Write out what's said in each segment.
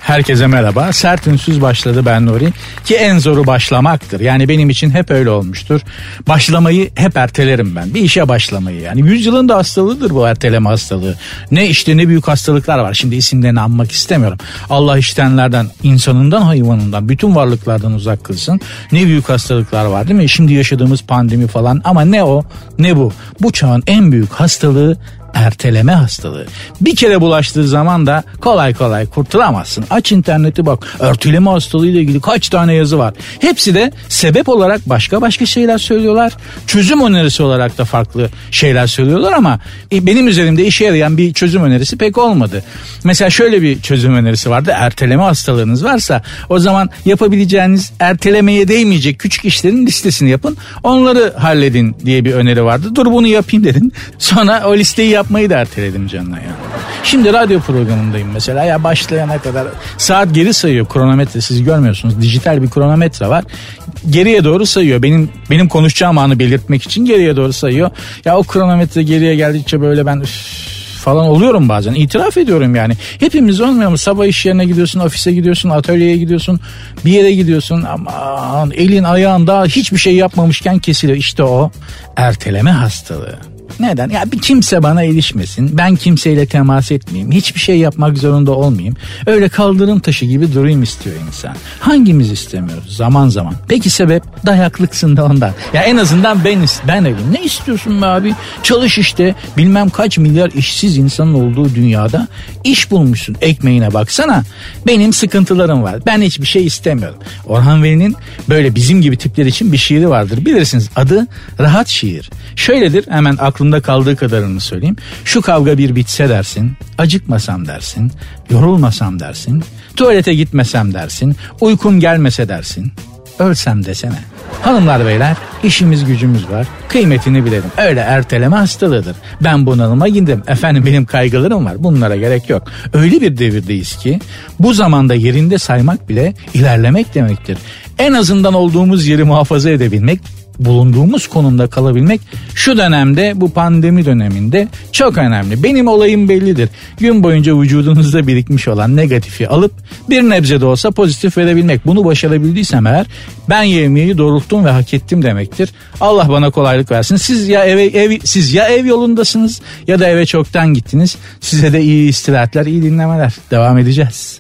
Herkese merhaba. Sert Ünsüz başladı, ben Nuri. Ki en zoru başlamaktır. Yani benim için hep öyle olmuştur. Başlamayı hep ertelerim ben. Bir işe başlamayı yani. Yüzyılın da hastalığıdır bu erteleme hastalığı. Ne büyük hastalıklar var. Şimdi isimlerini anmak istemiyorum. Allah iştenlerden, insanından, hayvanından, bütün varlıklardan uzak kılsın. Ne büyük hastalıklar var değil mi? Şimdi yaşadığımız pandemi falan, ama ne o ne bu. Bu çağın en büyük hastalığı erteleme hastalığı. Bir kere bulaştığı zaman da kolay kolay kurtulamazsın. Aç interneti bak. Erteleme hastalığı ile ilgili kaç tane yazı var. Hepsi de sebep olarak başka şeyler söylüyorlar. Çözüm önerisi olarak da farklı şeyler söylüyorlar ama benim üzerimde işe yarayan bir çözüm önerisi pek olmadı. Mesela şöyle bir çözüm önerisi vardı. Erteleme hastalığınız varsa o zaman yapabileceğiniz, ertelemeye değmeyecek küçük işlerin listesini yapın. Onları halledin diye bir öneri vardı. Dur bunu yapayım dedin. Sonra o listeyi yapmayı da erteledim canına ya. Şimdi radyo programındayım mesela, ya başlayana kadar saat geri sayıyor, kronometre, siz görmüyorsunuz, dijital bir kronometre var, geriye doğru sayıyor, benim konuşacağım anı belirtmek için geriye doğru sayıyor. Ya o kronometre geriye geldikçe böyle ben falan oluyorum bazen, itiraf ediyorum yani. Hepimiz olmuyor mu? Sabah iş yerine gidiyorsun, ofise gidiyorsun, atölyeye gidiyorsun, bir yere gidiyorsun, aman elin ayağın daha hiçbir şey yapmamışken kesiliyor. İşte o erteleme hastalığı. Neden? Ya bir kimse bana ilişmesin, ben kimseyle temas etmeyeyim, hiçbir şey yapmak zorunda olmayayım, öyle kaldırım taşı gibi durayım istiyor insan. Hangimiz istemiyoruz zaman zaman? Peki sebep? Dayaklıksın da ondan. Ya en azından ben öyleyim. Ne istiyorsun be abi? Çalış işte, bilmem kaç milyar işsiz insanın olduğu dünyada iş bulmuşsun, ekmeğine baksana. Benim sıkıntılarım var, ben hiçbir şey istemiyorum. Orhan Veli'nin böyle bizim gibi tipler için bir şiiri vardır, bilirsiniz, adı Rahat Şiir. Şöyledir, hemen aklımda kaldığı kadarını söyleyeyim. Şu kavga bir bitse dersin, acıkmasam dersin, yorulmasam dersin, tuvalete gitmesem dersin, uykum gelmese dersin, ölsem desene. Hanımlar beyler, işimiz gücümüz var, kıymetini bilelim. Öyle erteleme hastalığıdır. Ben bunalıma girdim, efendim benim kaygılarım var, bunlara gerek yok. Öyle bir devirdeyiz ki bu zamanda yerinde saymak bile ilerlemek demektir. En azından olduğumuz yeri muhafaza edebilmek, bulunduğumuz konumda kalabilmek şu dönemde, bu pandemi döneminde çok önemli. Benim olayım bellidir. Gün boyunca vücudunuzda birikmiş olan negatifi alıp bir nebze de olsa pozitif verebilmek. Bunu başarabildiysem eğer ben yemeği doğrulttum ve hak ettim demektir. Allah bana kolaylık versin. Siz ya ev yolundasınız ya da eve çoktan gittiniz. Size de iyi istirahatler, iyi dinlemeler. Devam edeceğiz.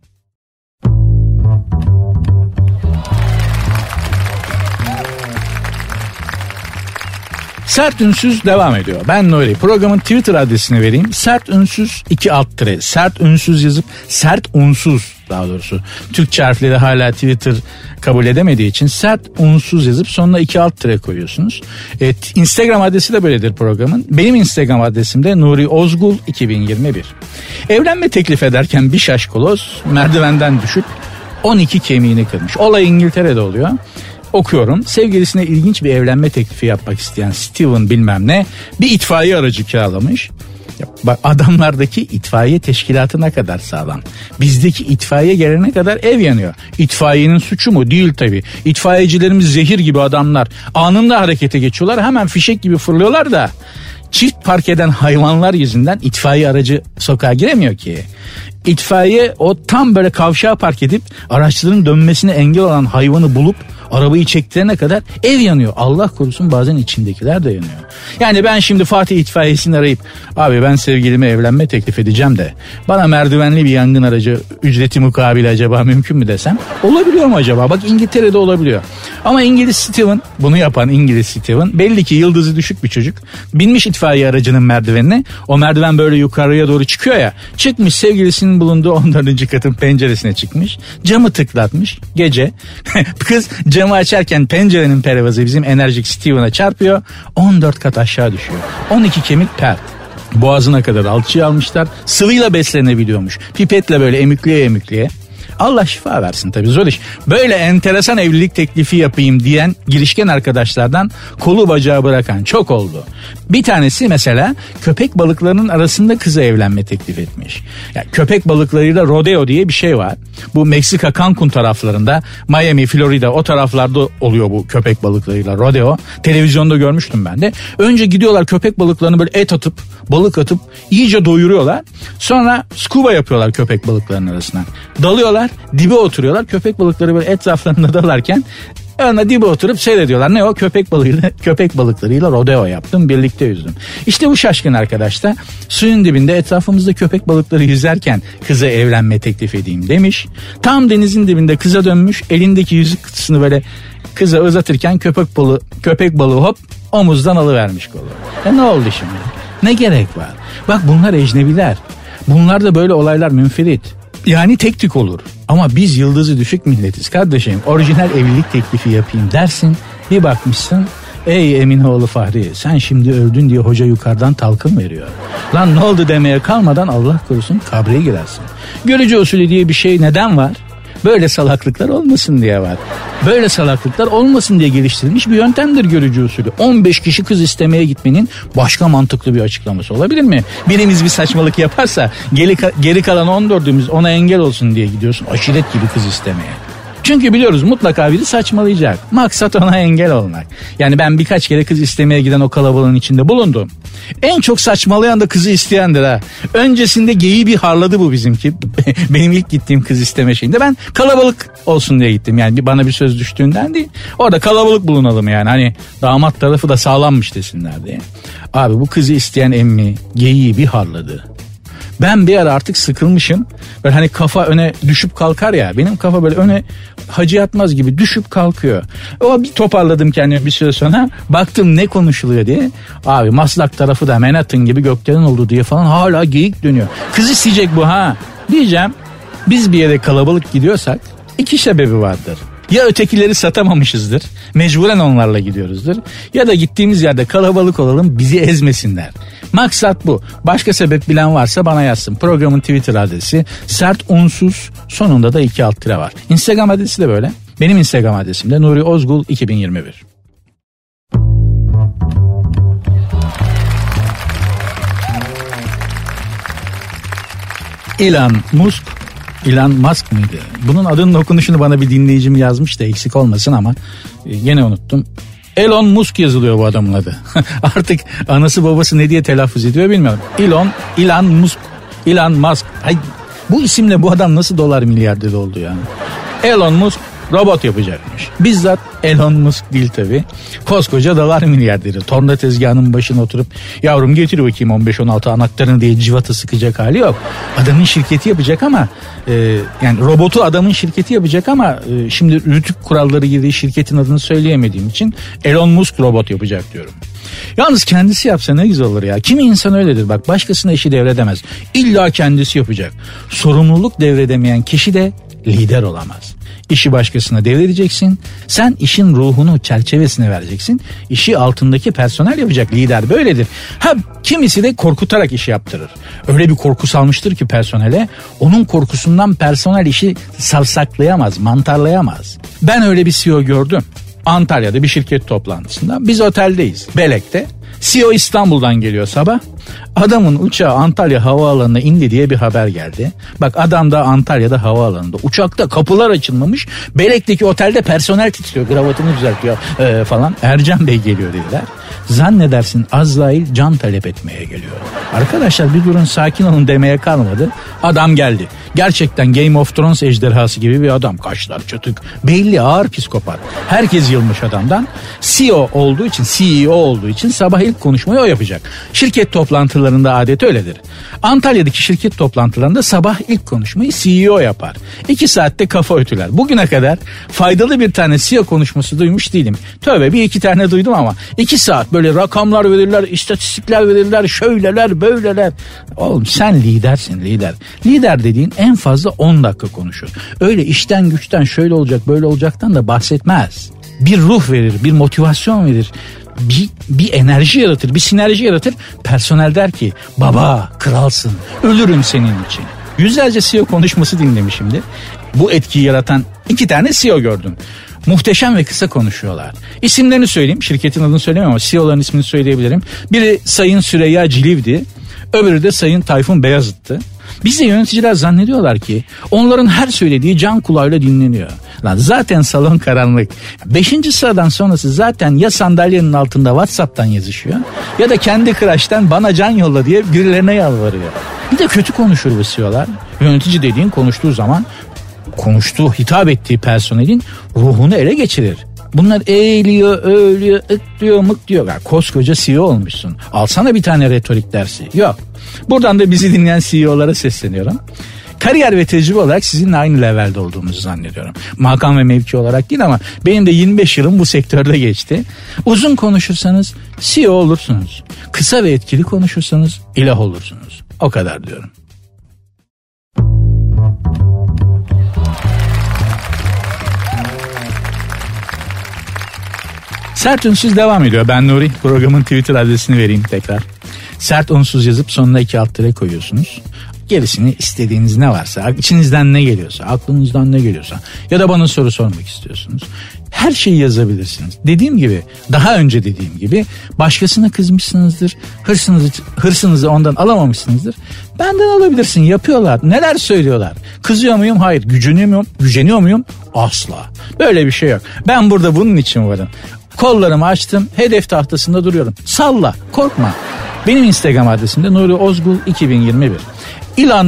Sert Ünsüz devam ediyor. Ben Nuri. Programın Twitter adresini vereyim. Sert Ünsüz 2alt-. Sert Ünsüz yazıp Sert Unsuz, daha doğrusu Türkçe harfleri hala Twitter kabul edemediği için Sert Unsuz yazıp sonuna 2alt- koyuyorsunuz. Instagram adresi de böyledir programın. Benim Instagram adresim de Nuri Ozgul 2021. Evlenme teklif ederken bir şaşkoloz merdivenden düşüp 12 kemiğini kırmış. Olay İngiltere'de oluyor. Okuyorum. Sevgilisine ilginç bir evlenme teklifi yapmak isteyen Steven bilmem ne bir itfaiye aracı kiralamış. Bak, adamlardaki itfaiye teşkilatı ne kadar sağlam. Bizdeki itfaiye gelene kadar ev yanıyor. İtfaiyenin suçu mu? Değil tabii. İtfaiyecilerimiz zehir gibi adamlar. Anında harekete geçiyorlar. Hemen fişek gibi fırlıyorlar da çift park eden hayvanlar yüzünden itfaiye aracı sokağa giremiyor ki. İtfaiye o tam böyle kavşağa park edip araçların dönmesine engel olan hayvanı bulup arabayı çektirene kadar ev yanıyor. Allah korusun, bazen içindekiler de yanıyor. Yani ben şimdi Fatih itfaiyesini arayıp abi ben sevgilime evlenme teklif edeceğim de bana merdivenli bir yangın aracı ücreti mukabil acaba mümkün mü desem, olabiliyor mu acaba? Bak İngiltere'de olabiliyor. Ama İngiliz Steven, bunu yapan İngiliz Steven belli ki yıldızı düşük bir çocuk. Binmiş itfaiye aracının merdivenine. O merdiven böyle yukarıya doğru çıkıyor ya. Çıkmış, sevgilisinin bulunduğu 14. katın penceresine çıkmış. Camı tıklatmış gece. Kız camı açarken pencerenin pervazı bizim enerjik Steven'a çarpıyor. 14 kat aşağı düşüyor. 12 kemik pert. Boğazına kadar alçıya almışlar. Sıvıyla beslenebiliyormuş. Pipetle böyle emükliye. Allah şifa versin tabii, zor iş. Böyle enteresan evlilik teklifi yapayım diyen girişken arkadaşlardan kolu bacağı bırakan çok oldu. Bir tanesi mesela köpek balıklarının arasında kıza evlenme teklif etmiş. Yani köpek balıklarıyla rodeo diye bir şey var. Bu Meksika, Cancun taraflarında, Miami, Florida o taraflarda oluyor bu köpek balıklarıyla rodeo. Televizyonda görmüştüm ben de. Önce gidiyorlar köpek balıklarını böyle et atıp, balık atıp iyice doyuruyorlar. Sonra scuba yapıyorlar köpek balıklarının arasına. Dalıyorlar, dibe oturuyorlar. Köpek balıkları böyle etraflarında dalarken önüne dibe oturup seyrediyorlar. Ne o? Köpek balıklarıyla rodeo yaptım, birlikte yüzdüm. İşte bu şaşkın arkadaş da suyun dibinde etrafımızda köpek balıkları yüzerken kıza evlenme teklif edeyim demiş. Tam denizin dibinde kıza dönmüş, elindeki yüzük kutusunu böyle kıza uzatırken köpek balığı hop omuzdan alıvermiş kolu. Ne oldu şimdi? Ne gerek var? Bak bunlar ecnebiler. Bunlarda böyle olaylar münferit. Yani tek tük olur. Ama biz yıldızı düşük milletiz kardeşim. Orijinal evlilik teklifi yapayım dersin. Bir bakmışsın, ey Eminoğlu Fahri, sen şimdi öldün diye hoca yukarıdan talkın veriyor. Lan ne oldu demeye kalmadan Allah korusun kabre girersin. Görücü usulü diye bir şey neden var? Böyle salaklıklar olmasın diye var. Böyle salaklıklar olmasın diye geliştirilmiş bir yöntemdir görücü usulü. 15 kişi kız istemeye gitmenin başka mantıklı bir açıklaması olabilir mi? Birimiz bir saçmalık yaparsa geri kalan 14'ümüz ona engel olsun diye gidiyorsun aşiret gibi kız istemeye. Çünkü biliyoruz mutlaka biri saçmalayacak. Maksat ona engel olmak. Yani ben birkaç kere kız istemeye giden o kalabalığın içinde bulundum. En çok saçmalayan da kızı isteyendir ha. Öncesinde geyiği bir harladı bu bizimki. Benim ilk gittiğim kız isteme şeyinde ben kalabalık olsun diye gittim. Yani bana bir söz düştüğünden değil. Orada kalabalık bulunalım yani. Hani damat tarafı da sağlammış desinler diye. Abi bu kızı isteyen emmi geyiği bir harladı. Ben bir ara artık sıkılmışım. Böyle hani kafa öne düşüp kalkar ya. Benim kafa böyle öne Hacı Yatmaz gibi düşüp kalkıyor. O bir toparladım kendimi bir süre sonra. Baktım ne konuşuluyor diye. Abi Maslak tarafı da Manhattan gibi gökdelen oldu diye falan hala geyik dönüyor. Kız isteyecek bu ha. Diyeceğim biz bir yere kalabalık gidiyorsak 2 sebebi vardır. Ya ötekileri satamamışızdır, mecburen onlarla gidiyoruzdur. Ya da gittiğimiz yerde kalabalık olalım, bizi ezmesinler. Maksat bu. Başka sebep bilen varsa bana yazsın. Programın Twitter adresi sert unsuz, sonunda da 2 alt tire var. Instagram adresi de böyle. Benim Instagram adresim de Nuri Ozgul 2021. Elon Musk mıydı? Bunun adının okunuşunu bana bir dinleyicim yazmış da eksik olmasın ama gene unuttum. Elon Musk yazılıyor bu adamın adı. Artık anası babası ne diye telaffuz ediyor bilmiyorum. Elon Musk. Ay, bu isimle bu adam nasıl dolar milyarderi oldu yani? Elon Musk robot yapacakmış. Bizzat Elon Musk değil tabii. Koskoca dolar milyarderi. Torna tezgahının başına oturup yavrum getir bakayım 15-16 anahtarını diye cıvata sıkacak hali yok. Adamın şirketi yapacak ama yani robotu adamın şirketi yapacak ama şimdi rütük kuralları girdiği şirketin adını söyleyemediğim için Elon Musk robot yapacak diyorum. Yalnız kendisi yapsa ne güzel olur ya. Kimi insan öyledir bak, başkasına işi devredemez. İlla kendisi yapacak. Sorumluluk devredemeyen kişi de lider olamaz. İşi başkasına devredeceksin. Sen işin ruhunu, çerçevesine vereceksin. İşi altındaki personel yapacak. Lider böyledir. Ha, kimisi de korkutarak işi yaptırır. Öyle bir korku salmıştır ki personele, onun korkusundan personel işi savsaklayamaz, mantarlayamaz. Ben öyle bir CEO gördüm. Antalya'da bir şirket toplantısında. Biz oteldeyiz, Belek'te. CEO İstanbul'dan geliyor sabah. Adamın uçağı Antalya havaalanına indi diye bir haber geldi. Bak adam da Antalya'da havaalanında. Uçakta kapılar açılmamış. Belek'teki otelde personel titriyor. Kravatını düzeltiyor falan. Ercan Bey geliyor dediler. Zannedersin Azrail can talep etmeye geliyor. Arkadaşlar bir durun, sakin olun demeye kalmadı. Adam geldi. Gerçekten Game of Thrones ejderhası gibi bir adam. Kaşlar çatık. Belli ağır psikopat. Herkes yılmış adamdan. CEO olduğu için sabah ilk konuşmayı o yapacak. Şirket toplantılarında adet öyledir. Antalya'daki şirket toplantılarında sabah ilk konuşmayı CEO yapar. 2 saatte kafa ötüler. Bugüne kadar faydalı bir tane CEO konuşması duymuş değilim. Tövbe, 1-2 tane duydum ama 2 saat böyle rakamlar verirler, istatistikler verirler, şöyleler, böyleler. Oğlum sen lidersin, lider. Lider dediğin en fazla 10 dakika konuşur. Öyle işten güçten şöyle olacak böyle olacaktan da bahsetmez. Bir ruh verir, bir motivasyon verir. Bir enerji yaratır, bir sinerji yaratır. Personel der ki baba kralsın, ölürüm senin için. Yüzlerce CEO konuşması dinlemişimdir. bu etkiyi yaratan 2 tane CEO gördüm. Muhteşem ve kısa konuşuyorlar. İsimlerini söyleyeyim. Şirketin adını söylemiyorum ama CEO'ların ismini söyleyebilirim. Biri Sayın Süreyya Ciliv'di. Öbürü de Sayın Tayfun Beyazıt'tı. Bizde yöneticiler zannediyorlar ki onların her söylediği can kulağıyla dinleniyor. Lan zaten salon karanlık. 5. sıradan sonrası zaten ya sandalyenin altında WhatsApp'tan yazışıyor ya da kendi crush'tan bana can yolla diye birilerine yalvarıyor. Bir de kötü konuşur bu CEO'lar. Yönetici dediğin konuştuğu zaman hitap ettiği personelin ruhunu ele geçirir. Bunlar eğiliyor, öğlüyor, ıklıyor, mıklıyor. Yani koskoca CEO olmuşsun. Alsana bir tane retorik dersi. Yok. Buradan da bizi dinleyen CEO'lara sesleniyorum. Kariyer ve tecrübe olarak sizinle aynı levelde olduğumuzu zannediyorum. Makam ve mevki olarak değil ama benim de 25 yılım bu sektörde geçti. Uzun konuşursanız CEO olursunuz. Kısa ve etkili konuşursanız ilah olursunuz. O kadar diyorum. Sert Unsuz devam ediyor. Ben Nuri. Programın Twitter adresini vereyim tekrar. Sert Unsuz yazıp sonuna 2 alt tire koyuyorsunuz. Gerisini istediğiniz ne varsa, içinizden ne geliyorsa, aklınızdan ne geliyorsa ya da bana soru sormak istiyorsunuz. Her şeyi yazabilirsiniz. Daha önce dediğim gibi başkasına kızmışsınızdır, hırsınızı ondan alamamışsınızdır. Benden alabilirsin, yapıyorlar. Neler söylüyorlar? Kızıyor muyum? Hayır. Güceniyor muyum? Asla. Böyle bir şey yok. Ben burada bunun için varım. Kollarımı açtım, hedef tahtasında duruyorum. Salla, korkma. Benim Instagram adresim de Nuri Ozgul 2021. Elon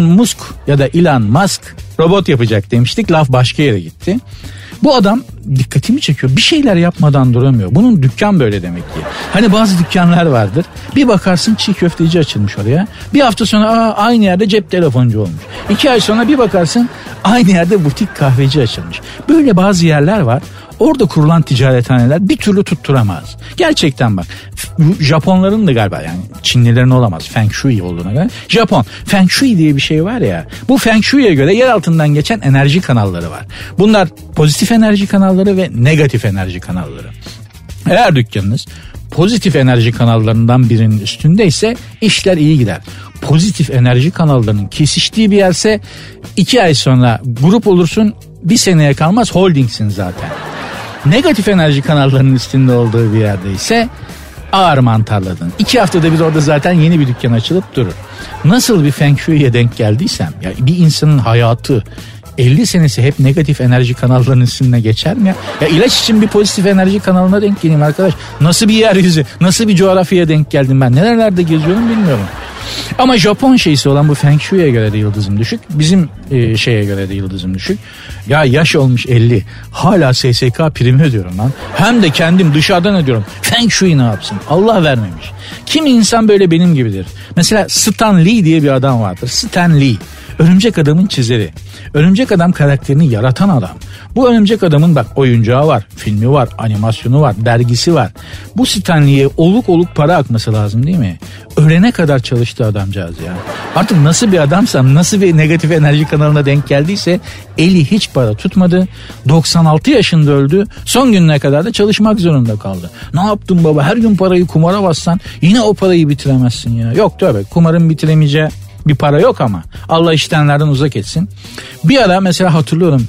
Musk robot yapacak demiştik. Laf başka yere gitti. Bu adam dikkatimi çekiyor. Bir şeyler yapmadan duramıyor. Bunun dükkan böyle demek ki. Hani bazı dükkanlar vardır. Bir bakarsın çiğ köfteci açılmış oraya. Bir hafta sonra aynı yerde cep telefoncu olmuş. 2 ay sonra bir bakarsın aynı yerde butik kahveci açılmış. Böyle bazı yerler var. Orada kurulan ticarethaneler bir türlü tutturamaz. Gerçekten bak. Japonların da galiba, yani Çinlilerin olamaz. Feng Shui olduğuna göre. Japon. Feng Shui diye bir şey var ya. Bu Feng Shui'ye göre yer altından geçen enerji kanalları var. Bunlar pozitif enerji kanalları ve negatif enerji kanalları. Eğer dükkanınız pozitif enerji kanallarından birinin üstündeyse işler iyi gider. Pozitif enerji kanallarının kesiştiği bir yerse 2 ay sonra grup olursun, 1 seneye kalmaz holdingsin zaten. Negatif enerji kanallarının üstünde olduğu bir yerde ise ağır mantarladın. 2 haftada bir orada zaten yeni bir dükkan açılıp durur. Nasıl bir Feng Shui'ye denk geldiysem, ya bir insanın hayatı 50 senesi hep negatif enerji kanallarının üstüne geçer mi ya? Ya ilaç için bir pozitif enerji kanalına denk geleyim arkadaş. Nasıl bir yeryüzü, nasıl bir coğrafyaya denk geldim ben? Nerelerde geziyorum bilmiyorum. Ama Japon şeysi olan bu Feng Shui'ye göre de yıldızım düşük. Bizim şeye göre de yıldızım düşük. Ya yaş olmuş 50. Hala SSK primi ödüyorum lan. Hem de kendim dışarıdan ödüyorum. Feng Shui ne yapsın? Allah vermemiş. Kimi insan böyle benim gibidir. Mesela Stan Lee diye bir adam vardır. Stan Lee. Örümcek Adam'ın çizeri. Örümcek Adam karakterini yaratan adam. Bu Örümcek Adam'ın bak oyuncağı var, filmi var, animasyonu var, dergisi var. Bu Stan Lee'ye oluk para akması lazım değil mi? Ölene kadar çalıştı adamcağız ya. Artık nasıl bir adamsam, nasıl bir negatif enerji kanalına denk geldiyse eli hiç para tutmadı. 96 yaşında öldü. Son gününe kadar da çalışmak zorunda kaldı. Ne yaptın baba? Her gün parayı kumara bassan yine o parayı bitiremezsin ya. Yok tövbe, kumarın bitiremeyeceği bir para yok ama Allah iştenlerden uzak etsin. Bir ara mesela hatırlıyorum,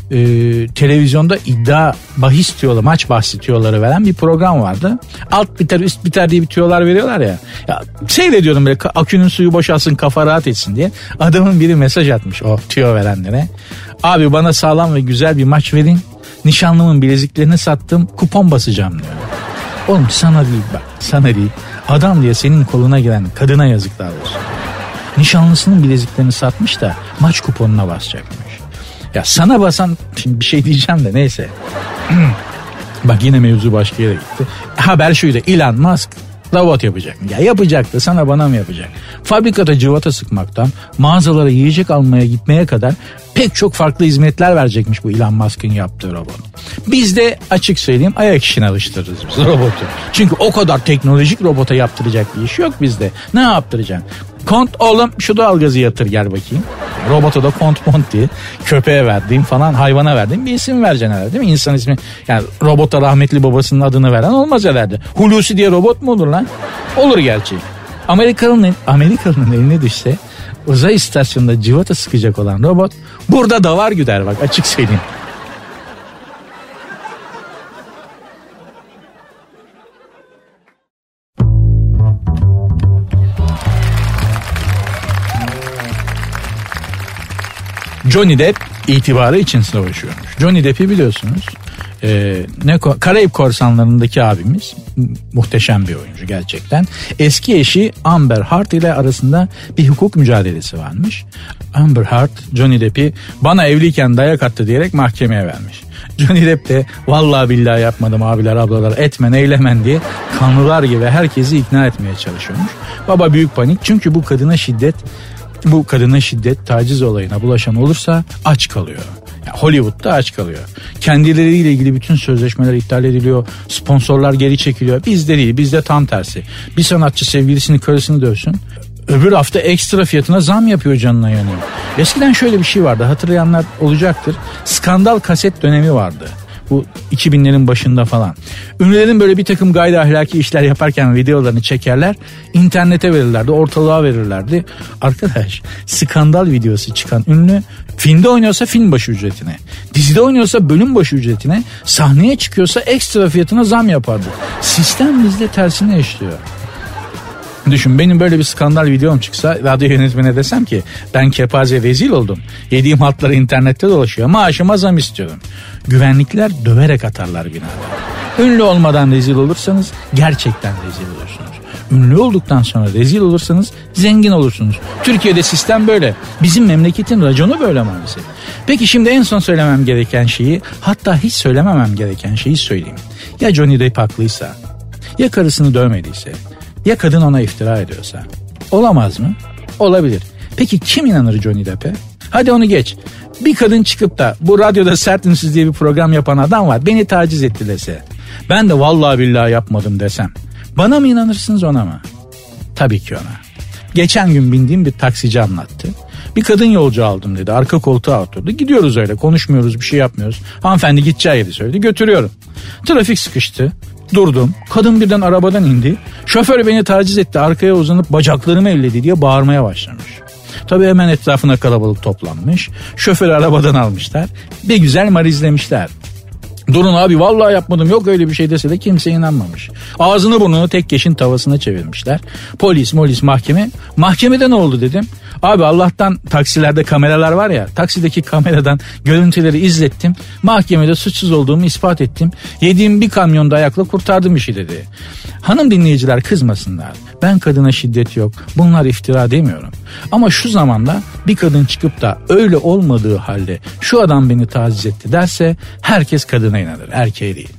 televizyonda iddia bahis tüyoları, maç bahsi tüyoları veren bir program vardı. Alt biter üst biter diye bir tüyolar veriyorlar ya. Ya seyrediyorum böyle, akünün suyu boşalsın kafa rahat etsin diye. Adamın biri mesaj atmış o tüyo verenlere. Abi bana sağlam ve güzel bir maç verin. Nişanlımın bileziklerini sattım, kupon basacağım diyor. Oğlum sana değil bak, sana değil. Adam diye senin koluna giren kadına yazıklar olsun. Nişanlısının bileziklerini satmış da maç kuponuna basacakmış. Ya sana basan, şimdi bir şey diyeceğim de neyse. Bak yine mevzu başka yere gitti. Haber şuydu, Elon Musk robot yapacak mı? Ya yapacak da sana bana mı yapacak? Fabrikada cıvata sıkmaktan mağazalara yiyecek almaya gitmeye kadar pek çok farklı hizmetler verecekmiş bu Elon Musk'ın yaptığı robot. Biz de açık söyleyeyim ayak işine alıştırırız biz robotu. Çünkü o kadar teknolojik robota yaptıracak bir iş yok bizde. Ne yaptıracaksın? Kont oğlum şu doğalgazı yatır gel bakayım. Robota da kont diye köpeğe verdiğim falan, hayvana verdiğim bir isim vereceksin herhalde değil mi? İnsan ismi, yani robota rahmetli babasının adını veren olmaz herhalde. Hulusi diye robot mu olur lan? Olur gerçi. Amerikalı'nın eline düşse uzay istasyonunda cıvata sıkacak olan robot burada davar güder, bak açık söyleyeyim. Johnny Depp itibarı için savaşıyormuş. Johnny Depp'i biliyorsunuz. Karayip Korsanları'ndaki abimiz, muhteşem bir oyuncu gerçekten. Eski eşi Amber Heard ile arasında bir hukuk mücadelesi varmış. Amber Heard Johnny Depp'i bana evliyken dayak attı diyerek mahkemeye vermiş. Johnny Depp de vallahi billahi yapmadım abiler ablalar, etmen eylemen diye kanlılar gibi herkesi ikna etmeye çalışıyormuş. Baba büyük panik, çünkü bu kadına şiddet, taciz olayına bulaşan olursa aç kalıyor. Yani Hollywood'da aç kalıyor. Kendileriyle ilgili bütün sözleşmeler iptal ediliyor. Sponsorlar geri çekiliyor. Bizde değil, bizde tam tersi. Bir sanatçı sevgilisini, karısını dövsün, öbür hafta ekstra fiyatına zam yapıyor, canına yanıyor. Eskiden şöyle bir şey vardı, hatırlayanlar olacaktır. Skandal kaset dönemi vardı. Bu 2000'lerin başında falan. Ünlülerin böyle bir takım gayri ahlaki işler yaparken videolarını çekerler, internete verirlerdi, ortalığa verirlerdi. Arkadaş, skandal videosu çıkan ünlü filmde oynuyorsa film başı ücretine, dizide oynuyorsa bölüm başı ücretine, sahneye çıkıyorsa ekstra fiyatına zam yapardı. Sistem bizde tersine işliyor. Düşün, benim böyle bir skandal videom çıksa, radyo yönetmene desem ki ben kepaze rezil oldum, yediğim hatları internette dolaşıyor, maaşıma zam istiyorum. Güvenlikler döverek atarlar binada. Ünlü olmadan rezil olursanız gerçekten rezil olursunuz. Ünlü olduktan sonra rezil olursanız zengin olursunuz. Türkiye'de sistem böyle. Bizim memleketin raconu böyle maalesef. Peki şimdi en son söylemem gereken şeyi, hatta hiç söylememem gereken şeyi söyleyeyim. Ya Johnny Depp haklıysa, ya karısını dövmediyse, ya kadın ona iftira ediyorsa, olamaz mı? Olabilir. Peki kim inanır Johnny Depp'e? Hadi onu geç. Bir kadın çıkıp da bu radyoda Sert Ünsüz diye bir program yapan adam var, beni taciz etti dese, ben de vallahi billahi yapmadım desem, bana mı inanırsınız, ona mı? Tabii ki ona. Geçen gün bindiğim bir taksici anlattı. Bir kadın yolcu aldım dedi, arka koltuğa oturdu. Gidiyoruz öyle, konuşmuyoruz, bir şey yapmıyoruz. Hanımefendi gideceği yeri söyledi, götürüyorum. Trafik sıkıştı. Durdum. Kadın birden arabadan indi. Şoför beni taciz etti, arkaya uzanıp bacaklarımı elledi diye bağırmaya başlamış. Tabii hemen etrafına kalabalık toplanmış. Şoförü arabadan almışlar. Bir güzel marizlemişler. Durun abi vallahi yapmadım, yok öyle bir şey dese de kimse inanmamış. Ağzını burnunu tek keşin tavasına çevirmişler. Polis mahkeme. Mahkemede ne oldu dedim. Abi Allah'tan taksilerde kameralar var ya, taksideki kameradan görüntüleri izlettim. Mahkemede suçsuz olduğumu ispat ettim. Yediğim bir kamyon dayakla kurtardım işi dedi. Hanım dinleyiciler kızmasınlar. Ben kadına şiddet yok, bunlar iftira demiyorum. Ama şu zamanda bir kadın çıkıp da öyle olmadığı halde şu adam beni taciz etti derse herkes kadına inanır, erkeğe değil.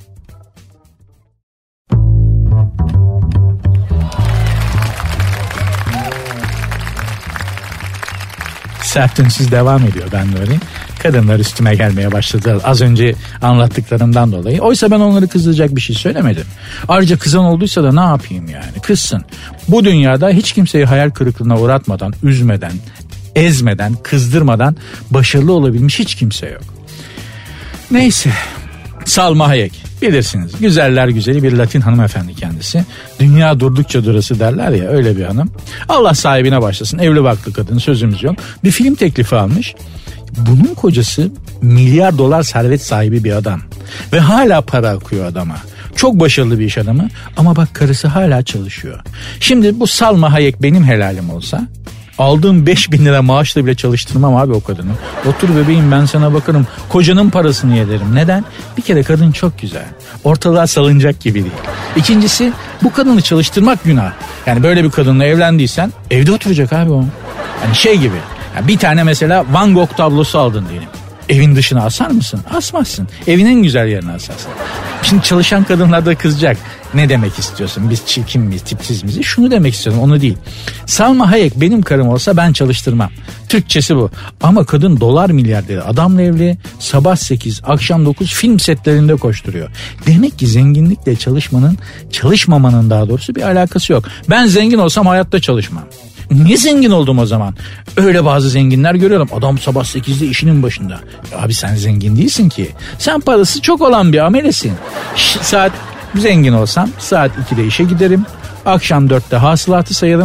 Sert Ünsüz devam ediyor, ben böyle. Kadınlar üstüme gelmeye başladı az önce anlattıklarımdan dolayı. Oysa ben onları kızdıracak bir şey söylemedim. Ayrıca kızan olduysa da ne yapayım yani, kızsın. Bu dünyada hiç kimseyi hayal kırıklığına uğratmadan, üzmeden, ezmeden, kızdırmadan başarılı olabilmiş hiç kimse yok. Neyse, Salma Hayek bilirsiniz, güzeller güzeli bir Latin hanımefendi kendisi. Dünya durdukça durası derler ya, öyle bir hanım. Allah sahibine başlasın, evli barklı kadın, sözümüz yok. Bir film teklifi almış. Bunun kocası milyar dolar servet sahibi bir adam ve hala para akıyor adama. Çok başarılı bir iş adamı ama bak karısı hala çalışıyor. Şimdi bu Salma Hayek benim helalim olsa, aldığım 5.000 lira maaşla bile çalıştırmam abi o kadını. Otur bebeğim, ben sana bakarım, kocanın parasını yederim. Neden? Bir kere kadın çok güzel, ortalığa salınacak gibi değil. İkincisi, bu kadını çalıştırmak günah. Yani böyle bir kadınla evlendiysen evde oturacak abi o. Yani şey gibi. Bir tane mesela Van Gogh tablosu aldın diyelim. Evin dışına asar mısın? Asmazsın. Evin en güzel yerine asarsın. Şimdi çalışan kadınlar da kızacak. Ne demek istiyorsun? Biz çirkin miyiz, tipsiz miyiz? Şunu demek istiyorum, onu değil. Salma Hayek benim karım olsa ben çalıştırmam. Türkçesi bu. Ama kadın dolar milyarderi adamla evli. Sabah 8, akşam 9 film setlerinde koşturuyor. Demek ki zenginlikle çalışmamanın daha doğrusu bir alakası yok. Ben zengin olsam hayatta çalışmam. Niye zengin oldum o zaman? Öyle bazı zenginler görüyorum. Adam sabah 8'de işinin başında. Abi sen zengin değilsin ki. Sen parası çok olan bir amelesin. Zengin olsam saat 2'de işe giderim. Akşam 4'te hasılatı sayarım.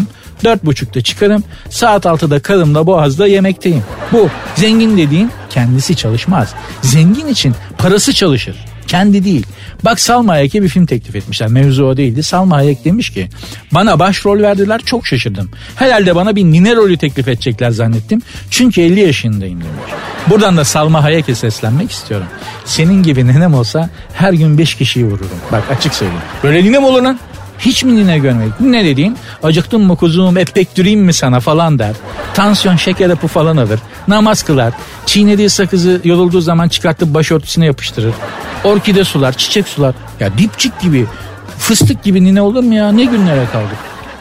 4.30'da çıkarım. Saat 6'da karımla Boğaz'da yemekteyim. Bu zengin dediğin kendisi çalışmaz. Zengin için parası çalışır. Kendi değil. Bak Salma Hayek'e bir film teklif etmişler. Mevzu o değildi. Salma Hayek demiş ki bana başrol verdiler, çok şaşırdım. Herhalde bana bir nine rolü teklif edecekler zannettim. Çünkü 50 yaşındayım demiş. Buradan da Salma Hayek'e seslenmek istiyorum. Senin gibi nenem olsa her gün 5 kişiyi vururum. Bak açık söyleyeyim. Böyle ninem olur lan. Hiç mi nine görmedik? Ne dediğin? Acıktın mı kuzum, epek düreyim mi sana falan der. Tansiyon şeker hapı falan alır. Namaz kılar. Çiğnediği sakızı yorulduğu zaman çıkartıp başörtüsüne yapıştırır. Orkide sular, çiçek sular. Ya dipçik gibi, fıstık gibi nine olur mu ya? Ne günlere kaldık?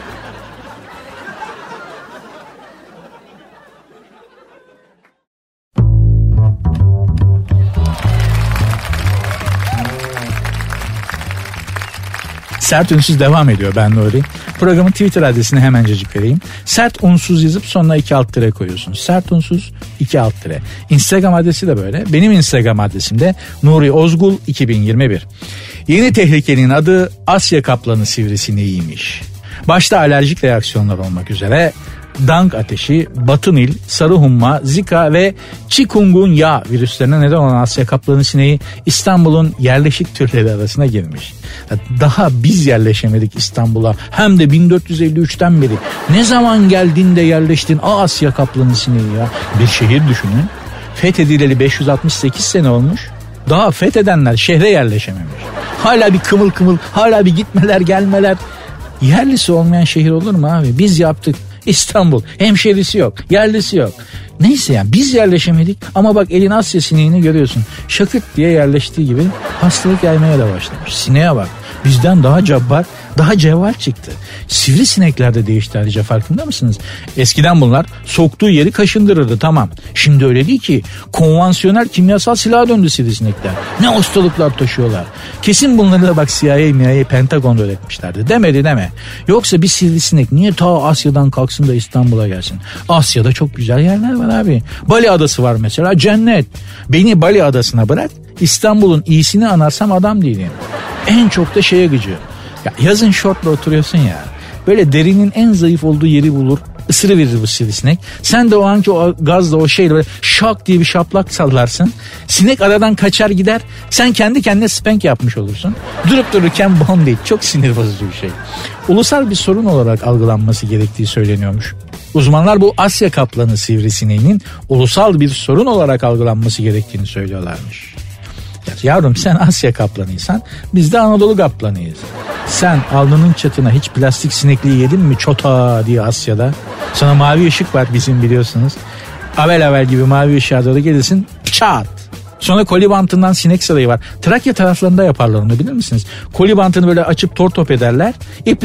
Sert Unsuz devam ediyor, ben Nuri. Programın Twitter adresini hemencecik vereyim. Sert Unsuz yazıp sonuna 2 alt tire koyuyorsun. Sert Unsuz 2 alt tire. Instagram adresi de böyle. Benim Instagram adresim de Nuri Ozgul 2021. Yeni tehlikenin adı Asya kaplanı sivrisineğiymiş. Başta alerjik reaksiyonlar olmak üzere dank ateşi, batı Nil, sarı humma, zika ve chikungunya virüslerine neden olan Asya kaplanı sineği İstanbul'un yerleşik türleri arasına girmiş. Daha biz yerleşemedik İstanbul'a, hem de 1453'ten beri. Ne zaman geldin de yerleştin Asya kaplanı sineği ya. Bir şehir düşünün. Fethedileli 568 sene olmuş. Daha fethedenler şehre yerleşememiş. Hala bir kımıl kımıl, hala bir gitmeler gelmeler. Yerlisi olmayan şehir olur mu abi? Biz yaptık. İstanbul hemşerisi yok, yerlisi yok. Neyse yani biz yerleşemedik ama bak elin Asya sineğini görüyorsun. Şakırt diye yerleştiği gibi hastalık yaymaya da başlamış. Sineğe bak, bizden daha cabbar, daha cevval çıktı. Sivrisinekler de değişti ayrıca, farkında mısınız? Eskiden bunlar soktuğu yeri kaşındırırdı, tamam. Şimdi öyle değil ki, konvansiyonel kimyasal silaha döndü sivrisinekler. Ne hastalıklar taşıyorlar. Kesin bunları da bak CIA, Pentagon öğretmişlerdi. Demedi deme. Yoksa bir sivrisinek niye ta Asya'dan kalksın da İstanbul'a gelsin? Asya'da çok güzel yerler var abi. Bali Adası var mesela, cennet. Beni Bali Adası'na bırak, İstanbul'un iyisini anarsam adam değilim. En çok da şeye gıcı. Ya yazın şortla oturuyorsun ya. Böyle derinin en zayıf olduğu yeri bulur, ısırıverir bu sivrisinek. Sen de o anki o gazla, o şeyle böyle şak diye bir şaplak sallarsın. Sinek aradan kaçar gider. Sen kendi kendine spank yapmış olursun. Durup dururken bondage. Çok sinir bozucu bir şey. Ulusal bir sorun olarak algılanması gerektiği söyleniyormuş. Uzmanlar bu Asya kaplanı sivrisineğinin ulusal bir sorun olarak algılanması gerektiğini söylüyorlarmış. Yavrum sen Asya kaplanıysan biz de Anadolu kaplanıyız. Sen alnının çatına hiç plastik sinekliği yedin mi çota diye Asya'da? Sana mavi ışık var bizim, biliyorsunuz. Avel gibi mavi ışığa doğru gelirsin, çat. Sonra koli bantından sinek sarayı var. Trakya taraflarında yaparlar onu, bilir misiniz? Koli bantını böyle açıp tortop ederler.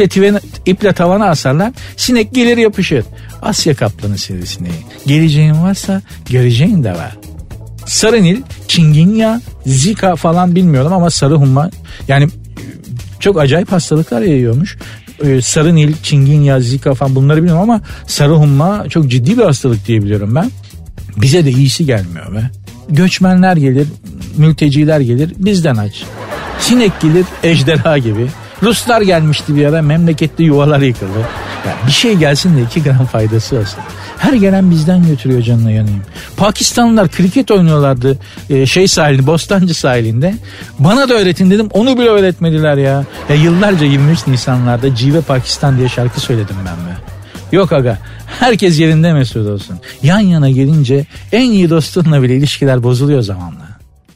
İple tavana asarlar. Sinek gelir yapışır. Asya kaplanı sivrisineği. Geleceğin varsa göreceğin de var. Sarı Nil, Çinginya, Zika falan bilmiyorum ama sarı humma, yani çok acayip hastalıklar yayıyormuş. Sarı Nil, Çinginya, Zika falan bunları bilmiyorum ama sarı humma çok ciddi bir hastalık diye biliyorum ben. Bize de iyisi gelmiyor be. Göçmenler gelir, mülteciler gelir, bizden aç. Sinek gelir, ejderha gibi. Ruslar gelmişti bir ara, memlekette yuvalar yıkıldı. Ya bir şey gelsin de 2 gram faydası olsun. Her gelen bizden götürüyor, canına yanayım. Pakistanlılar kriket oynuyorlardı sahilinde, Bostancı sahilinde. Bana da öğretin dedim, onu bile öğretmediler ya. Yıllarca 23 Nisanlarda Cive Pakistan diye şarkı söyledim ben be. Yok aga, herkes yerinde mesut olsun. Yan yana gelince en iyi dostunla bile ilişkiler bozuluyor zamanla.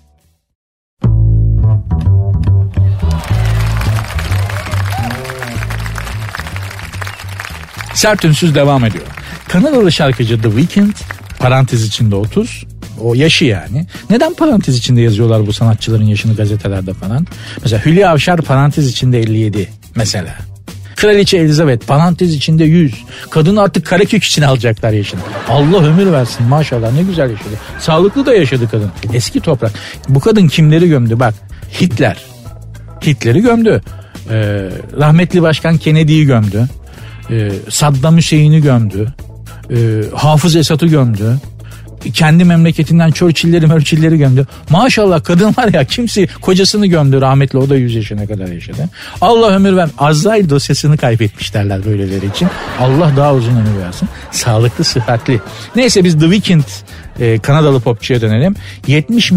Sert Unsuz devam ediyor. Kanadalı şarkıcı The Weeknd, parantez içinde 30, o yaşı yani. Neden parantez içinde yazıyorlar bu sanatçıların yaşını gazetelerde falan? Mesela Hülya Avşar parantez içinde 57 mesela. Kraliçe Elizabeth parantez içinde 100. Kadın artık karekök için alacaklar yaşını. Allah ömür versin, maşallah ne güzel yaşadı. Sağlıklı da yaşadı kadın. Eski toprak. Bu kadın kimleri gömdü bak. Hitler'i gömdü. Rahmetli Başkan Kennedy'yi gömdü. Saddam Hüseyin'i gömdü. Hafız Esat'ı gömdü. kendi memleketinden Churchill'leri gömdü. Maşallah kadın var ya, kimse kocasını gömdü rahmetli, o da 100 yaşına kadar yaşadı. Allah ömür ver. Azrail dosyasını kaybetmiş derler böyleleri için. Allah daha uzun ömür versin. Sağlıklı, sıhhatli. Neyse biz The Weeknd Kanadalı popçuya dönelim. 70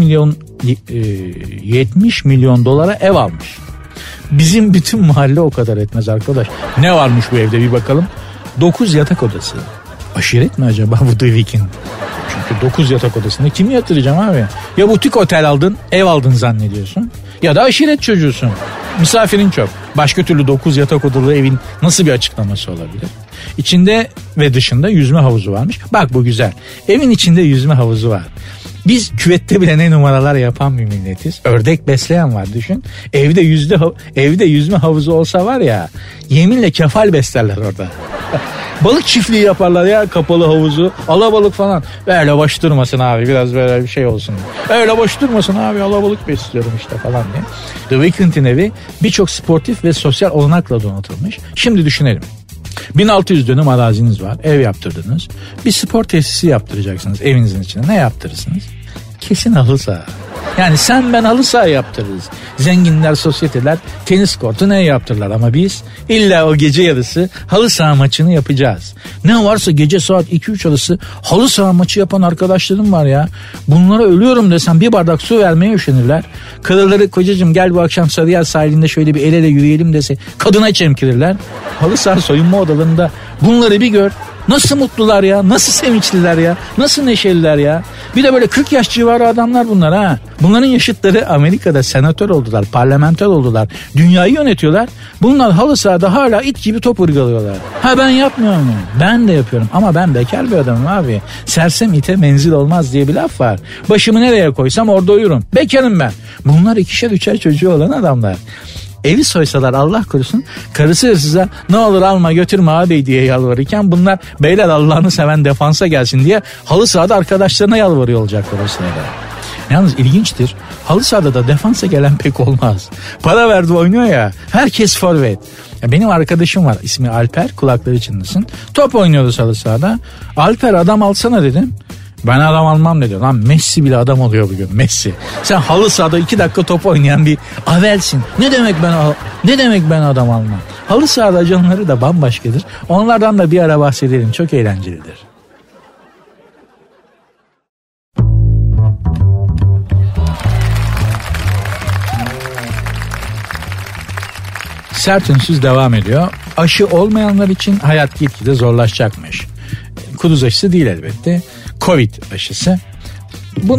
milyon dolara ev almış. Bizim bütün mahalle o kadar etmez arkadaş. Ne varmış bu evde bir bakalım. 9 yatak odası. Aşiret mi acaba bu The Weeknd? Çünkü 9 yatak odasında kimi yatıracağım abi? Ya butik otel aldın, ev aldın zannediyorsun. Ya da aşiret çocuğusun. Misafirin çok. Başka türlü 9 yatak odalı evin nasıl bir açıklaması olabilir? İçinde ve dışında yüzme havuzu varmış. Bak bu güzel. Evin içinde yüzme havuzu var. Biz küvette bile ne numaralar yapan bir milletiz. Ördek besleyen var düşün. Evde yüzme havuzu olsa var ya, yeminle kefal beslerler orada. Balık çiftliği yaparlar ya, kapalı havuzu, alabalık falan. Öyle boş durmasın abi, biraz böyle bir şey olsun. Öyle boş durmasın abi, alabalık besliyorum işte falan diye. The Weeknd'in evi birçok sportif ve sosyal olanakla donatılmış. Şimdi düşünelim. 1600 dönüm araziniz var, ev yaptırdınız. Bir spor tesisi yaptıracaksınız evinizin içine. Ne yaptırırsınız? Kesin halı saha. Yani sen ben halı saha yaptırırız. Zenginler, sosyeteler tenis kortu ne yaptırırlar, ama biz illa o gece yarısı halı saha maçını yapacağız. Ne varsa gece saat 2-3 arası halı saha maçı yapan arkadaşlarım var ya. Bunlara ölüyorum desem bir bardak su vermeye üşenirler. Karıları kocacığım gel bu akşam Sarıyer sahilinde şöyle bir el ele yürüyelim dese kadına çemkirirler. Halı saha soyunma odalarında bunları bir gör. Nasıl mutlular ya, nasıl sevinçliler ya, nasıl neşeliler ya. Bir de böyle 40 yaş civarı adamlar bunlar ha. Bunların yaşıtları Amerika'da senatör oldular, parlamenter oldular, dünyayı yönetiyorlar. Bunlar halı sahada hala it gibi top ırgalıyorlar. Ha ben yapmıyorum yani. Ben de yapıyorum ama ben bekar bir adamım abi. Sersem ite menzil olmaz diye bir laf var. Başımı nereye koysam orada uyurum. Bekarım ben. Bunlar 2'şer 3'er çocuğu olan adamlar. Evi soysalar Allah korusun, karısı hırsıza ne olur alma götürme abi diye yalvarırken bunlar beyler Allah'ını seven defansa gelsin diye halı sahada arkadaşlarına yalvarıyor olacaklar o sırada. Yalnız ilginçtir, halı sahada da defansa gelen pek olmaz. Para verdi oynuyor ya, herkes forvet. Ya benim arkadaşım var, ismi Alper, kulakları çınlasın. Top oynuyoruz halı sahada. Alper adam alsana dedim. Ben adam almam dedi. Lan Messi bile adam oluyor bugün, Messi. Sen halı sahada 2 dakika top oynayan bir avelsin. Ne demek ben adam almam? Halı sahada canları da bambaşkadır. Onlardan da bir ara bahsedelim. Çok eğlencelidir. Sert Ünsüz devam ediyor. Aşı olmayanlar için hayat gitgide zorlaşacakmış. Kuduz aşısı değil elbette. Covid aşısı. Bu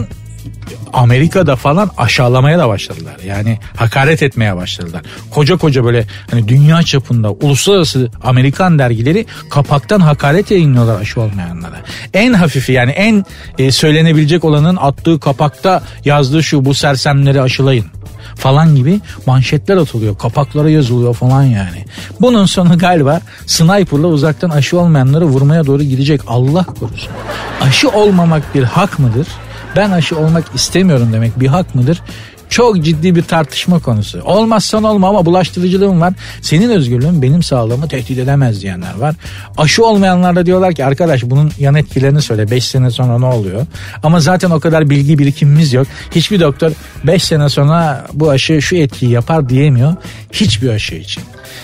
Amerika'da falan aşağılamaya da başladılar. Yani hakaret etmeye başladılar. Koca böyle hani dünya çapında uluslararası Amerikan dergileri kapaktan hakaret yayınlıyorlar aşı olmayanlara. En hafifi yani en söylenebilecek olanın attığı kapakta yazdığı şu: bu sersemleri aşılayın falan gibi manşetler atılıyor. Kapaklara yazılıyor falan yani. Bunun sonu galiba sniper'la uzaktan aşı olmayanları vurmaya doğru gidecek. Allah korusun. Aşı olmamak bir hak mıdır? Ben aşı olmak istemiyorum demek bir hak mıdır? Çok ciddi bir tartışma konusu. Olmazsan olma ama bulaştırıcılığım var. Senin özgürlüğün benim sağlığımı tehdit edemez diyenler var. Aşı olmayanlar da diyorlar ki arkadaş bunun yan etkilerini söyle. 5 sene sonra ne oluyor? Ama zaten o kadar bilgi birikimimiz yok. Hiçbir doktor 5 sene sonra bu aşı şu etkiyi yapar diyemiyor. Hiçbir aşı için.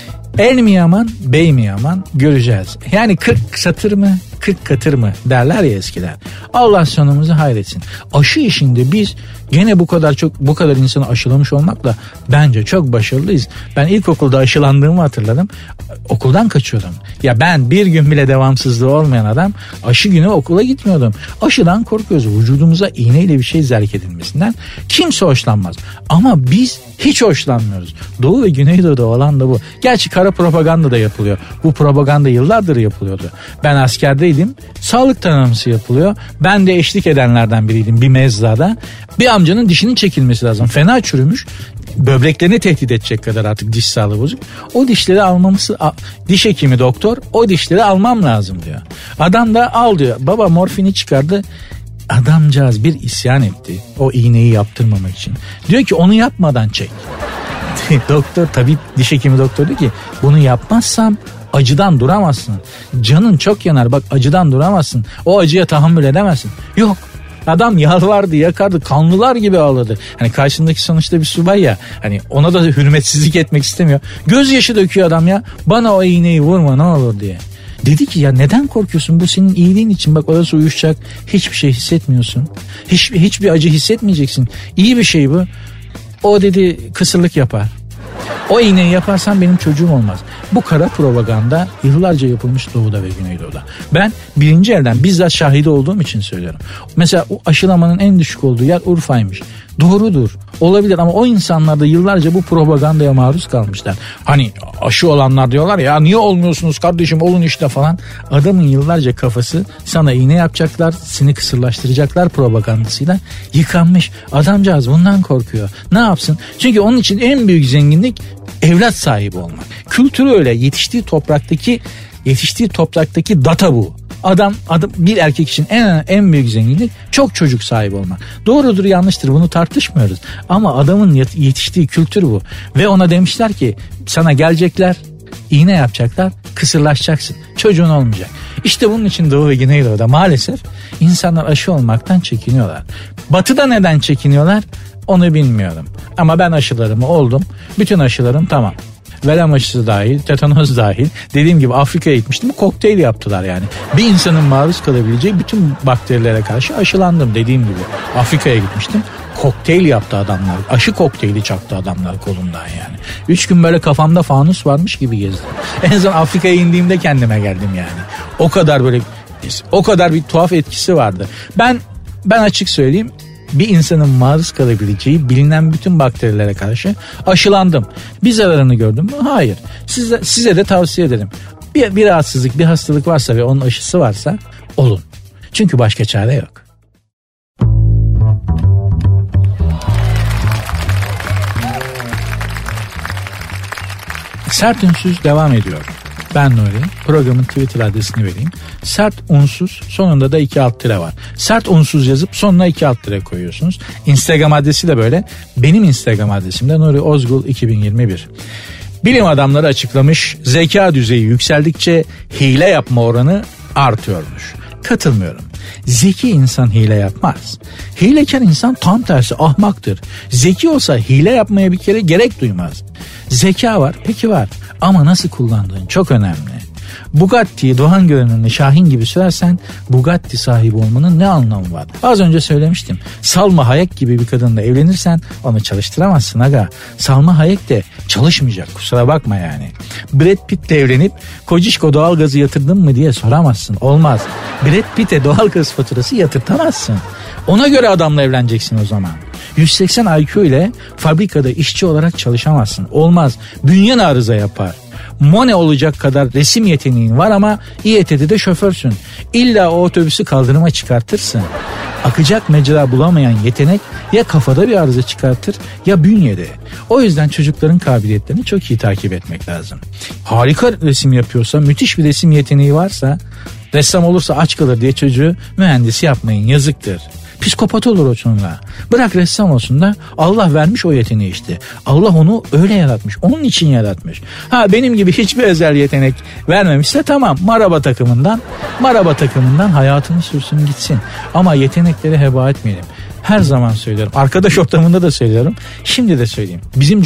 El mi yaman, bey mi yaman göreceğiz. Yani 40 satır mı, 40 katır mı derler ya eskiler. Allah sonumuzu hayretsin. Aşı işinde biz gene bu kadar insanı aşılamış olmakla bence çok başarılıyız. Ben ilkokulda aşılandığımı hatırladım. Okuldan kaçıyordum. Ya ben bir gün bile devamsızlığı olmayan adam aşı günü okula gitmiyordum. Aşıdan korkuyoruz. Vücudumuza iğneyle bir şey zerk edilmesinden kimse hoşlanmaz. Ama biz hiç hoşlanmıyoruz. Doğu ve Güneydoğu'da olan da bu. Gerçi kara propaganda da yapılıyor. Bu propaganda yıllardır yapılıyordu. Ben askerdeydim. Sağlık taraması yapılıyor. Ben de eşlik edenlerden biriydim bir mezrada. Bir amcanın dişinin çekilmesi lazım. Fena çürümüş. Böbreklerini tehdit edecek kadar artık diş sağlığı bozuk. O dişleri almaması, diş hekimi doktor o dişleri almam lazım diyor. Adam da al diyor. Baba morfini çıkardı. Adamcağız bir isyan etti o iğneyi yaptırmamak için. Diyor ki onu yapmadan çek. Doktor, tabip, diş hekimi doktor diyor ki bunu yapmazsam acıdan duramazsın. Canın çok yanar bak, acıdan duramazsın. O acıya tahammül edemezsin. Yok, Adam yalvardı, yakardı, kanlılar gibi ağladı. Hani karşısındaki sonuçta bir subay ya. Hani ona da hürmetsizlik etmek istemiyor. Gözyaşı döküyor adam ya. Bana o iğneyi vurma ne olur diye. Dedi ki ya neden korkuyorsun? Bu senin iyiliğin için. Bak orası uyuşacak. Hiçbir şey hissetmiyorsun. Hiçbir acı hissetmeyeceksin. İyi bir şey bu. O dedi kısırlık yapar. O iğneyi yaparsan benim çocuğum olmaz. Bu kara propaganda yıllarca yapılmış Doğu'da ve Güneydoğu'da. Ben birinci elden bizzat şahidi olduğum için söylüyorum. Mesela o aşılamanın en düşük olduğu yer Urfa'ymış. Doğrudur. Olabilir ama o insanlar da yıllarca bu propagandaya maruz kalmışlar. Hani aşı olanlar diyorlar ya niye olmuyorsunuz kardeşim olun işte falan. Adamın yıllarca kafası sana iğne yapacaklar, seni kısırlaştıracaklar propagandasıyla yıkanmış. Adamcağız bundan korkuyor. Ne yapsın? Çünkü onun için en büyük zenginlik evlat sahibi olmak. Kültürü öyle yetiştiği topraktaki data bu. Adam bir erkek için en büyük zenginlik çok çocuk sahibi olmak. Doğrudur yanlıştır bunu tartışmıyoruz. Ama adamın yetiştiği kültür bu. Ve ona demişler ki sana gelecekler, iğne yapacaklar, kısırlaşacaksın. Çocuğun olmayacak. İşte bunun için Doğu ve Güneydoğu'da maalesef insanlar aşı olmaktan çekiniyorlar. Batı'da neden çekiniyorlar? Onu bilmiyorum. Ama ben aşılarımı oldum. Bütün aşılarım tamam. Verem aşısı dahil, tetanoz dahil. Dediğim gibi Afrika'ya gitmiştim. Kokteyl yaptılar yani. Bir insanın maruz kalabileceği bütün bakterilere karşı aşılandım dediğim gibi. Afrika'ya gitmiştim. Kokteyl yaptı adamlar. Aşı kokteyli çaktı adamlar kolumdan yani. 3 gün böyle kafamda fanus varmış gibi gezdim. En son Afrika'ya indiğimde kendime geldim yani. O kadar bir tuhaf etkisi vardı. Ben açık söyleyeyim. Bir insanın maruz kalabileceği bilinen bütün bakterilere karşı aşılandım. Bir zararını gördüm mü? Hayır. Size de tavsiye ederim. Bir rahatsızlık, bir hastalık varsa ve onun aşısı varsa olun. Çünkü başka çare yok. Sert Ünsüz devam ediyor. Ben Nuri. Programın Twitter adresini vereyim. Sert Unsuz sonunda da 2 alt tire var. Sert Unsuz yazıp sonuna 2 alt tire koyuyorsunuz. Instagram adresi de böyle. Benim Instagram adresim de Nuri Ozgul 2021. Bilim adamları açıklamış zeka düzeyi yükseldikçe hile yapma oranı artıyormuş. Katılmıyorum. Zeki insan hile yapmaz. Hilekar insan tam tersi ahmaktır. Zeki olsa hile yapmaya bir kere gerek duymaz. Zeka var, peki var. Ama nasıl kullandığın çok önemli. Bugatti'yi Doğan görünümlü Şahin gibi sürersen Bugatti sahibi olmanın ne anlamı var? Az önce söylemiştim. Salma Hayek gibi bir kadınla evlenirsen onu çalıştıramazsın aga. Salma Hayek de çalışmayacak, kusura bakma yani. Brad Pitt'le evlenip kocişko doğalgazı yatırdın mı diye soramazsın. Olmaz. Brad Pitt'e doğalgaz faturası yatırtamazsın. Ona göre adamla evleneceksin o zaman. 180 IQ ile fabrikada işçi olarak çalışamazsın. Olmaz. Bünyen arıza yapar. Mone olacak kadar resim yeteneğin var ama İETT'de de şoförsün. İlla o otobüsü kaldırıma çıkartırsın. Akacak mecra bulamayan yetenek ya kafada bir arıza çıkartır ya bünyede. O yüzden çocukların kabiliyetlerini çok iyi takip etmek lazım. Harika resim yapıyorsa, müthiş bir resim yeteneği varsa, ressam olursa aç kalır diye çocuğu mühendis yapmayın, yazıktır. Psikopat olur o sonra. Bırak ressam olsun da Allah vermiş o yeteneği işte. Allah onu öyle yaratmış. Onun için yaratmış. Benim gibi hiçbir özel yetenek vermemişse tamam. Maraba takımından hayatını sürsün gitsin. Ama yetenekleri heba etmeyelim. Her zaman söylüyorum. Arkadaş ortamında da söylüyorum. Şimdi de söyleyeyim. Bizim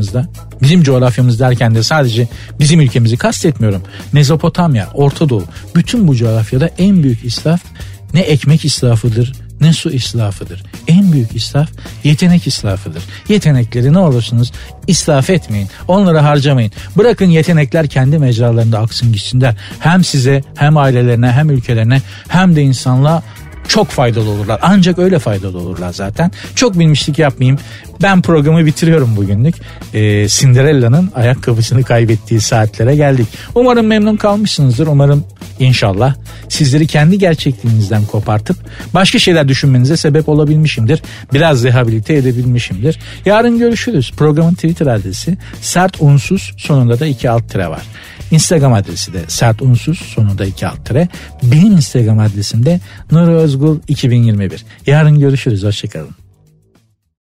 coğrafyamız derken de sadece bizim ülkemizi kastetmiyorum. Mezopotamya, Orta Doğu. Bütün bu coğrafyada en büyük israf ne ekmek israfıdır ne su israfıdır. En büyük israf yetenek israfıdır. Yetenekleri ne olursunuz israf etmeyin. Onları harcamayın. Bırakın yetenekler kendi mecralarında aksın gitsinler. Hem size hem ailelerine hem ülkelerine hem de insanlığa çok faydalı olurlar. Ancak öyle faydalı olurlar zaten. Çok bilmişlik yapmayayım. Ben programı bitiriyorum bugünlük. Cinderella'nın ayakkabısını kaybettiği saatlere geldik. Umarım memnun kalmışsınızdır. Umarım inşallah sizleri kendi gerçekliğinizden kopartıp başka şeyler düşünmenize sebep olabilmişimdir. Biraz rehabilite edebilmişimdir. Yarın görüşürüz. Programın Twitter adresi Sert Unsuz sonunda da 2 alt tire var. Instagram adresi de Sert Unsuz sonunda 2 alt tire. Benim Instagram adresim de Nuri Özgul 2021. Yarın görüşürüz. Hoşçakalın.